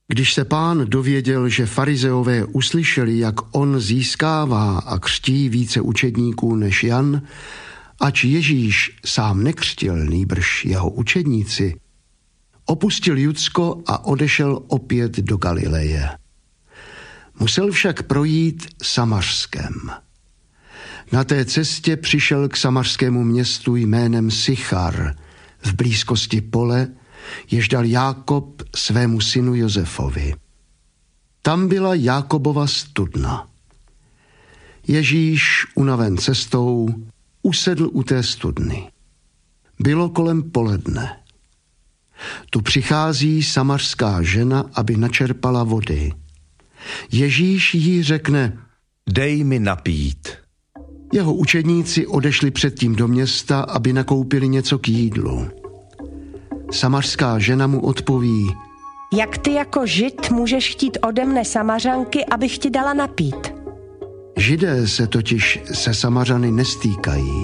Když se Pán dověděl, že farizeové uslyšeli, jak on získává a křtí více učedníků než Jan, ač Ježíš sám nekřtil, nýbrž jeho učedníci, opustil Judsko a odešel opět do Galileje. Musel však projít Samařskem. Na té cestě přišel k samařskému městu jménem Sychar, v blízkosti pole, jež dal Jákob svému synu Josefovi. Tam byla Jákobova studna. Ježíš, unaven cestou, usedl u té studny. Bylo kolem poledne. Tu přichází samařská žena, aby načerpala vody. Ježíš jí řekne: Dej mi napít. Jeho učedníci odešli předtím do města, aby nakoupili něco k jídlu. Samařská žena mu odpoví: Jak ty jako Žid můžeš chtít ode mne Samařanky, abych ti dala napít? Židé se totiž se Samařany nestýkají.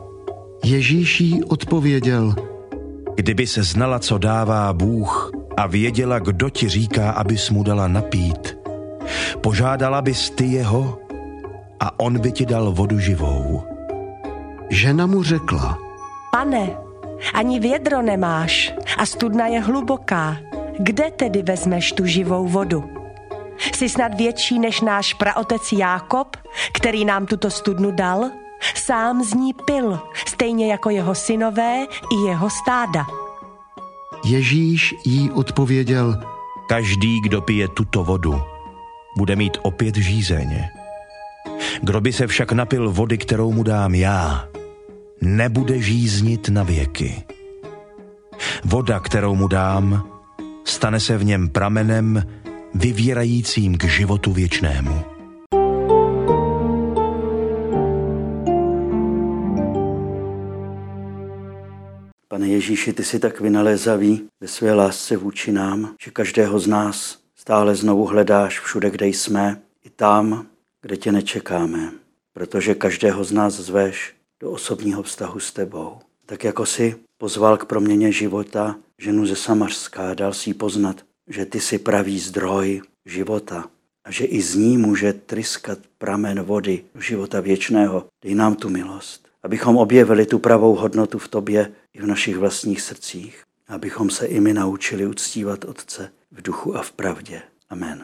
Ježíš jí odpověděl: Kdyby se znala, co dává Bůh, a věděla, kdo ti říká, abys mu dala napít, požádala bys ty jeho a on by ti dal vodu živou. Žena mu řekla: Pane, ani vědro nemáš a studna je hluboká. Kde tedy vezmeš tu živou vodu? Jsi snad větší než náš praotec Jákob, který nám tuto studnu dal? Sám z ní pil, stejně jako jeho synové i jeho stáda. Ježíš jí odpověděl: Každý, kdo pije tuto vodu, bude mít opět žízeň. Kdo by se však napil vody, kterou mu dám já, nebude žíznit na věky. Voda, kterou mu dám, stane se v něm pramenem vyvírajícím k životu věčnému. Pane Ježíši, ty jsi tak vynalézavý ve své lásce vůči nám, že každého z nás stále znovu hledáš všude, kde jsme, i tam, kde tě nečekáme, protože každého z nás zveš do osobního vztahu s tebou. Tak jako jsi pozval k proměně života ženu ze Samařska, dal si jí poznat, že ty jsi pravý zdroj života a že i z ní může tryskat pramen vody života věčného. Dej nám tu milost, abychom objevili tu pravou hodnotu v tobě i v našich vlastních srdcích, abychom se i my naučili uctívat Otce v duchu a v pravdě. Amen.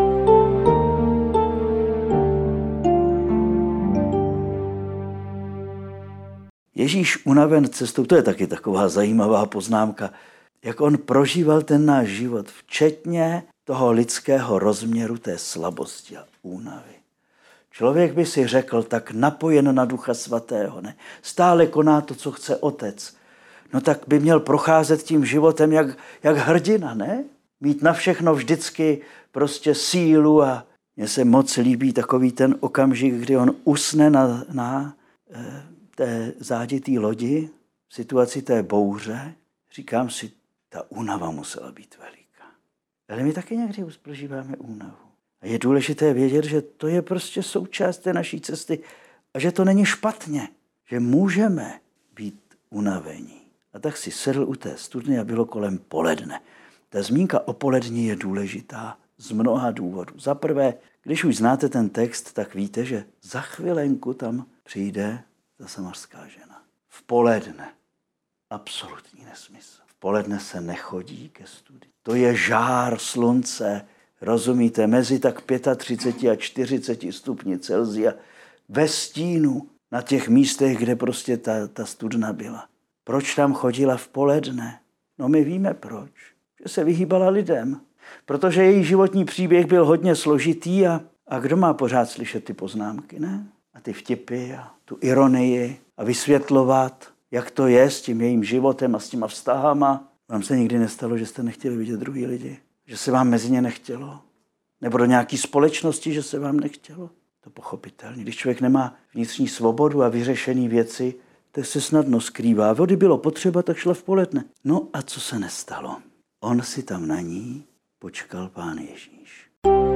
Ježíš unaven cestou, to je taky taková zajímavá poznámka, jak on prožíval ten náš život, včetně toho lidského rozměru té slabosti a únavy. Člověk by si řekl, tak napojen na Ducha Svatého, ne? Stále koná to, co chce Otec. No tak by měl procházet tím životem jak hrdina, ne? Mít na všechno vždycky prostě sílu a mně se moc líbí takový ten okamžik, kdy on usne na té záditý lodi, v situaci té bouře. Říkám si, ta únava musela být veliká. Ale my taky někdy prožíváme únavu. A je důležité vědět, že to je prostě součást té naší cesty a že to není špatně, že můžeme být unavení. A tak si sedl u té studny a bylo kolem poledne. Ta zmínka o poledni je důležitá z mnoha důvodů. Za prvé, když už znáte ten text, tak víte, že za chvilenku tam přijde ta samařská žena. V poledne. Absolutní nesmysl. V poledne se nechodí ke studni. To je žár slunce, rozumíte, mezi tak 35 a 40 stupni Celsia ve stínu na těch místech, kde prostě ta studna byla. Proč tam chodila v poledne? No my víme proč. Že se vyhýbala lidem. Protože její životní příběh byl hodně složitý a kdo má pořád slyšet ty poznámky, ne? A ty vtipy a tu ironii a vysvětlovat, jak to je s tím jejím životem a s těma vztahama. Vám se nikdy nestalo, že jste nechtěli vidět druhý lidi? Že se vám mezi ně nechtělo? Nebo do nějaké společnosti, že se vám nechtělo? To pochopitelně. Když člověk nemá vnitřní svobodu a vyřešené věci, tak se snadno skrývá. Vody bylo potřeba, tak šla v poledne. No a co se nestalo? On si tam na ní počkal Pán Ježíš.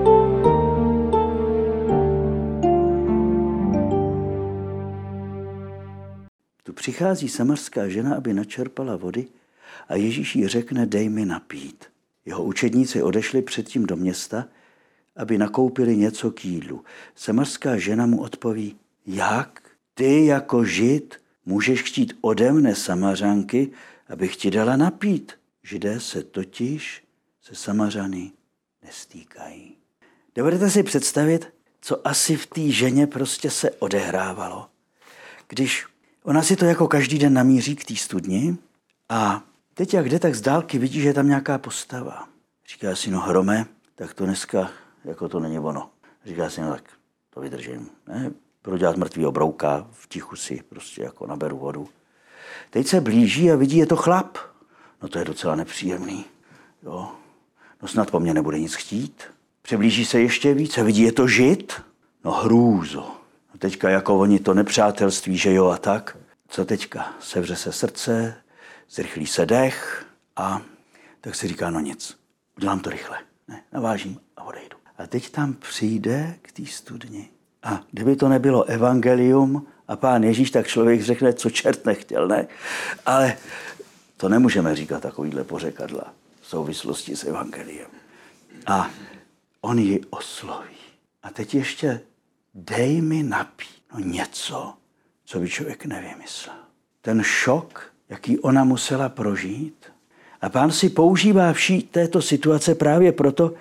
Tu přichází samařská žena, aby načerpala vody a Ježíš jí řekne, dej mi napít. Jeho učedníci odešli předtím do města, aby nakoupili něco k jídlu. Samařská žena mu odpoví, jak ty jako Žid můžeš chtít ode mne Samařanky, abych ti dala napít? Židé se totiž se Samařany nestýkají. Dovedete si představit, co asi v té ženě prostě se odehrávalo? Když ona si to jako každý den namíří k té studni a teď jak jde, tak z dálky vidí, že je tam nějaká postava. Říká si, no Hrome, tak to dneska jako to není ono. Říká si, no tak to vydržím. Ne? Budu dělat mrtvýho brouka, v tichu si prostě jako naberu vodu. Teď se blíží a vidí, je to chlap. No to je docela nepříjemný. Jo. No snad po mně nebude nic chtít. Přiblíží se ještě víc a vidí, je to Žid. No hrůzo. No teďka jako oni to nepřátelství, že jo a tak. Co teďka? Sevře se srdce, zrychlí se dech a tak si říká, no nic, udělám to rychle. Ne, navážím a odejdu. A teď tam přijde k té studni. A kdyby to nebylo evangelium a Pán Ježíš, tak člověk řekne, co čert nechtěl, ne? Ale to nemůžeme říkat takovýhle pořekadla v souvislosti s evangeliem. A on ji osloví. A teď ještě dej mi napít. No něco, co by člověk nevymyslel. Ten šok, jaký ona musela prožít. A Pán si používá vší této situace právě proto,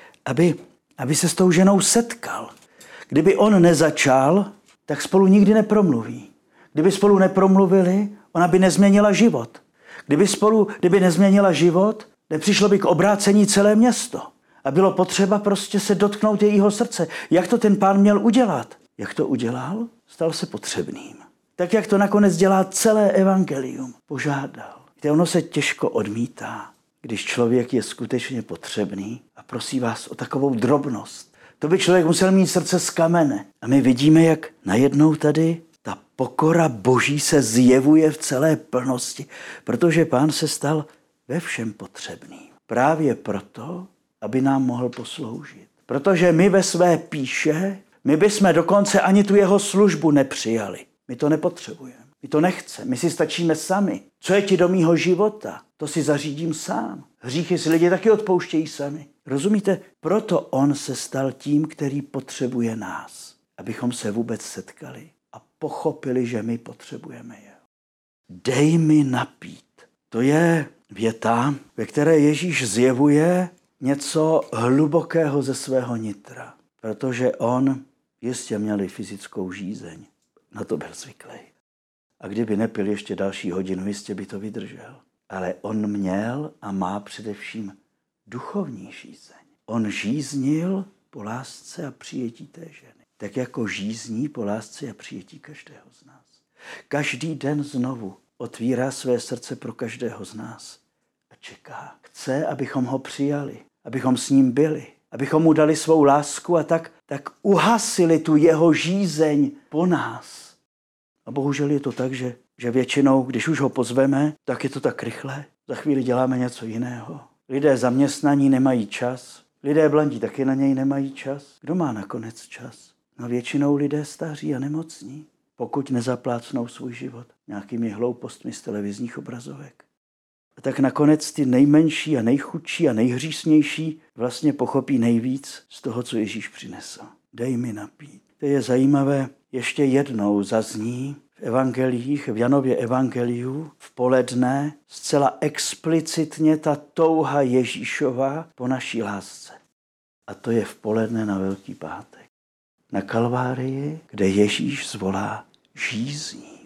aby se s tou ženou setkal. Kdyby on nezačal, tak spolu nikdy nepromluví. Kdyby spolu nepromluvili, ona by nezměnila život. Kdyby nezměnila život, nepřišlo by k obrácení celé město. A bylo potřeba prostě se dotknout jejího srdce. Jak to ten Pán měl udělat? Jak to udělal? Stal se potřebným. Tak, jak to nakonec dělá celé evangelium. Požádal. Víte, ono se těžko odmítá, když člověk je skutečně potřebný a prosí vás o takovou drobnost. To by člověk musel mít srdce z kamene. A my vidíme, jak najednou tady ta pokora Boží se zjevuje v celé plnosti, protože Pán se stal ve všem potřebným. Právě proto, aby nám mohl posloužit. Protože my ve své píše, my bychom dokonce ani tu jeho službu nepřijali. My to nepotřebujeme. My to nechceme. My si stačíme sami. Co je ti do mýho života? To si zařídím sám. Hříchy si lidi taky odpouštějí sami. Rozumíte? Proto on se stal tím, který potřebuje nás. Abychom se vůbec setkali a pochopili, že my potřebujeme je. Dej mi napít. To je věta, ve které Ježíš zjevuje něco hlubokého ze svého nitra. Protože on jistě měl fyzickou žízeň. Na to byl zvyklý. A kdyby nepil ještě další hodinu, jistě by to vydržel. Ale on měl a má především duchovní žízeň. On žíznil po lásce a přijetí té ženy. Tak jako žízní po lásce a přijetí každého z nás. Každý den znovu otvírá své srdce pro každého z nás a čeká. Chce, abychom ho přijali, abychom s ním byli, abychom mu dali svou lásku a tak uhasili tu jeho žízeň po nás. A bohužel je to tak, že většinou, když už ho pozveme, tak je to tak rychle. Za chvíli děláme něco jiného. Lidé zaměstnaní nemají čas. Lidé blandí taky na něj nemají čas. Kdo má nakonec čas? No většinou lidé staří a nemocní, pokud nezaplácnou svůj život nějakými hloupostmi z televizních obrazovek. A tak nakonec ty nejmenší a nejchudší a nejhříšnější vlastně pochopí nejvíc z toho, co Ježíš přinesl. Dej mi napít. To je zajímavé, ještě jednou zazní v evangeliích, v Janově evangeliu v poledne zcela explicitně ta touha Ježíšova po naší lásce. A to je v poledne na Velký pátek. Na Kalvárii, kde Ježíš zvolá žízní.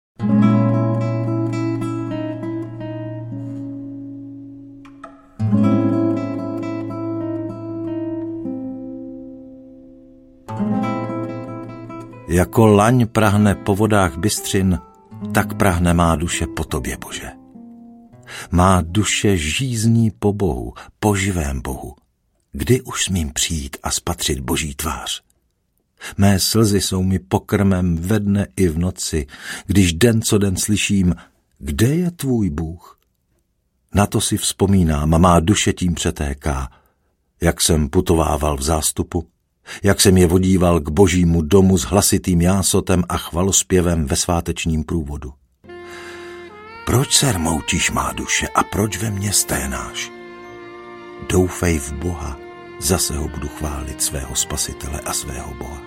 Jako laň prahne po vodách bystřin, tak prahne má duše po tobě, Bože. Má duše žízní po Bohu, po živém Bohu. Kdy už smím přijít a spatřit Boží tvář? Mé slzy jsou mi pokrmem ve dne i v noci, když den co den slyším, kde je tvůj Bůh? Na to si vzpomínám a má duše tím přetéká, jak jsem putovával v zástupu, jak jsem je vodíval k Božímu domu s hlasitým jásotem a chvalospěvem ve svátečním průvodu. Proč se rmoutíš, má duše, a proč ve mně sténáš? Doufej v Boha, zase ho budu chválit, svého Spasitele a svého Boha.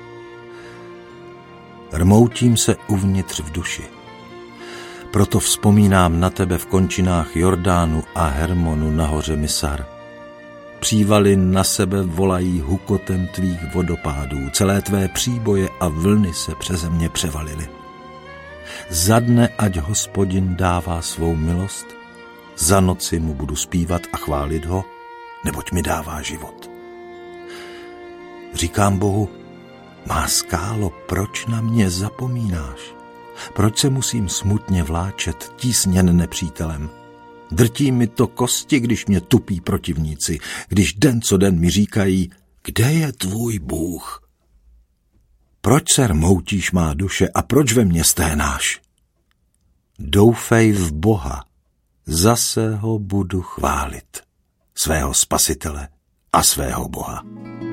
Rmoutím se uvnitř v duši. Proto vzpomínám na tebe v končinách Jordánu a Hermonu na hoře Misar. Přívaly na sebe volají hukotem tvých vodopádů, celé tvé příboje a vlny se přeze mě převalily. Za dne ať Hospodin dává svou milost, za noci mu budu zpívat a chválit ho, neboť mi dává život. Říkám Bohu, má skálo, proč na mě zapomínáš? Proč se musím smutně vláčet, tísněn nepřítelem? Drtí mi to kosti, když mě tupí protivníci, když den co den mi říkají, kde je tvůj Bůh? Proč se rmoutíš, má duše, a proč ve mně sténáš? Doufej v Boha, zase ho budu chválit, svého Spasitele a svého Boha.